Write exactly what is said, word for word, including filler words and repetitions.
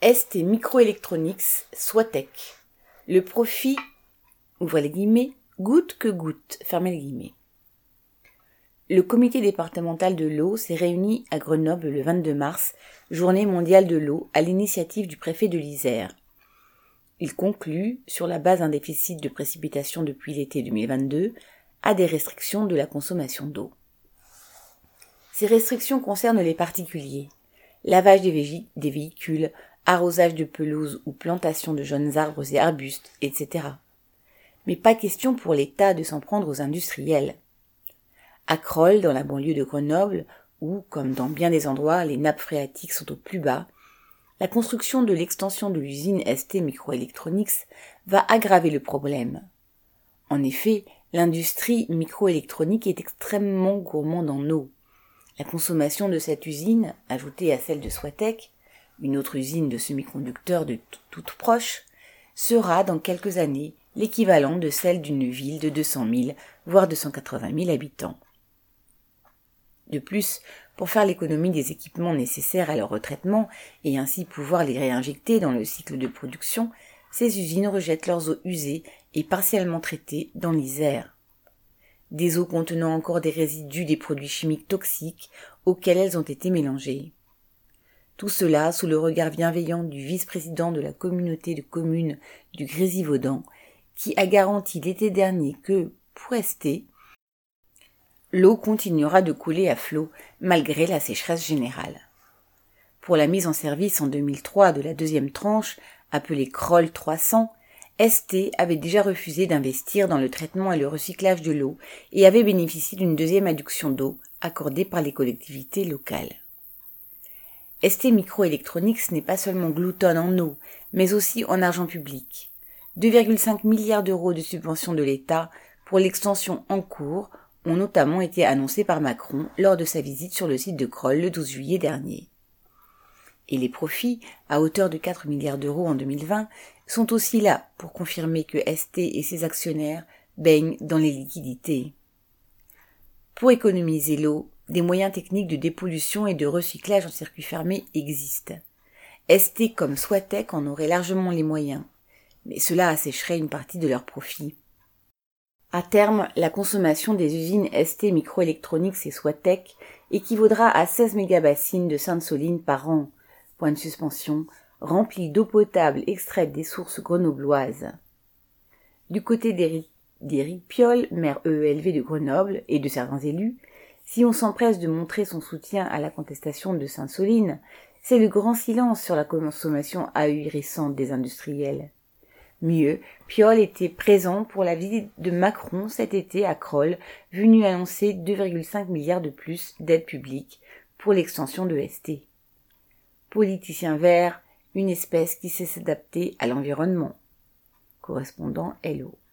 S T Microelectronics, Soitec. Le profit, ouvrez les guillemets, goutte que goutte, fermez les guillemets. Le comité départemental de l'eau s'est réuni à Grenoble le vingt-deux mars, journée mondiale de l'eau, à l'initiative du préfet de l'Isère. Il conclut, sur la base d'un déficit de précipitations depuis l'été deux mille vingt-deux, à des restrictions de la consommation d'eau. Ces restrictions concernent les particuliers, lavage des, végi- des véhicules, arrosage de pelouses ou plantation de jeunes arbres et arbustes, et cetera. Mais pas question pour l'État de s'en prendre aux industriels. À Crolles, dans la banlieue de Grenoble, où, comme dans bien des endroits, les nappes phréatiques sont au plus bas, la construction de l'extension de l'usine S T Microelectronics va aggraver le problème. En effet, l'industrie microélectronique est extrêmement gourmande en eau. La consommation de cette usine, ajoutée à celle de Soitec, une autre usine de semi-conducteurs de t- toute proche, sera dans quelques années l'équivalent de celle d'une ville de deux cent mille, voire deux cent quatre-vingt mille habitants. De plus, pour faire l'économie des équipements nécessaires à leur retraitement et ainsi pouvoir les réinjecter dans le cycle de production, ces usines rejettent leurs eaux usées et partiellement traitées dans l'Isère. Des eaux contenant encore des résidus des produits chimiques toxiques auxquels elles ont été mélangées. Tout cela sous le regard bienveillant du vice-président de la communauté de communes du Grésivaudan, qui a garanti l'été dernier que, pour S T, l'eau continuera de couler à flot malgré la sécheresse générale. Pour la mise en service en deux mille trois de la deuxième tranche, appelée Crolles trois cents, S T avait déjà refusé d'investir dans le traitement et le recyclage de l'eau et avait bénéficié d'une deuxième adduction d'eau accordée par les collectivités locales. S T Microelectronics n'est pas seulement gloutonne en eau, mais aussi en argent public. deux virgule cinq milliards d'euros de subventions de l'État pour l'extension en cours ont notamment été annoncés par Macron lors de sa visite sur le site de Crolles le douze juillet dernier. Et les profits, à hauteur de quatre milliards d'euros en deux mille vingt, sont aussi là pour confirmer que S T et ses actionnaires baignent dans les liquidités. Pour économiser l'eau, des moyens techniques de dépollution et de recyclage en circuit fermé existent. S T comme Soitec en auraient largement les moyens, mais cela assécherait une partie de leurs profits. À terme, la consommation des usines S T Microelectronics et Soitec équivaudra à seize mégabassines de Sainte-Soline par an, point de suspension, remplis d'eau potable extraite des sources grenobloises. Du côté d'Éric, d'Éric Piolle, maire E E L V de Grenoble, et de certains élus, si on s'empresse de montrer son soutien à la contestation de Sainte-Soline, c'est le grand silence sur la consommation ahurissante des industriels. Mieux, Piolle était présent pour la visite de Macron cet été à Crolles, venu annoncer deux virgule cinq milliards de plus d'aide publique pour l'extension de S T. Politicien vert, une espèce qui sait s'adapter à l'environnement. Correspondant L O.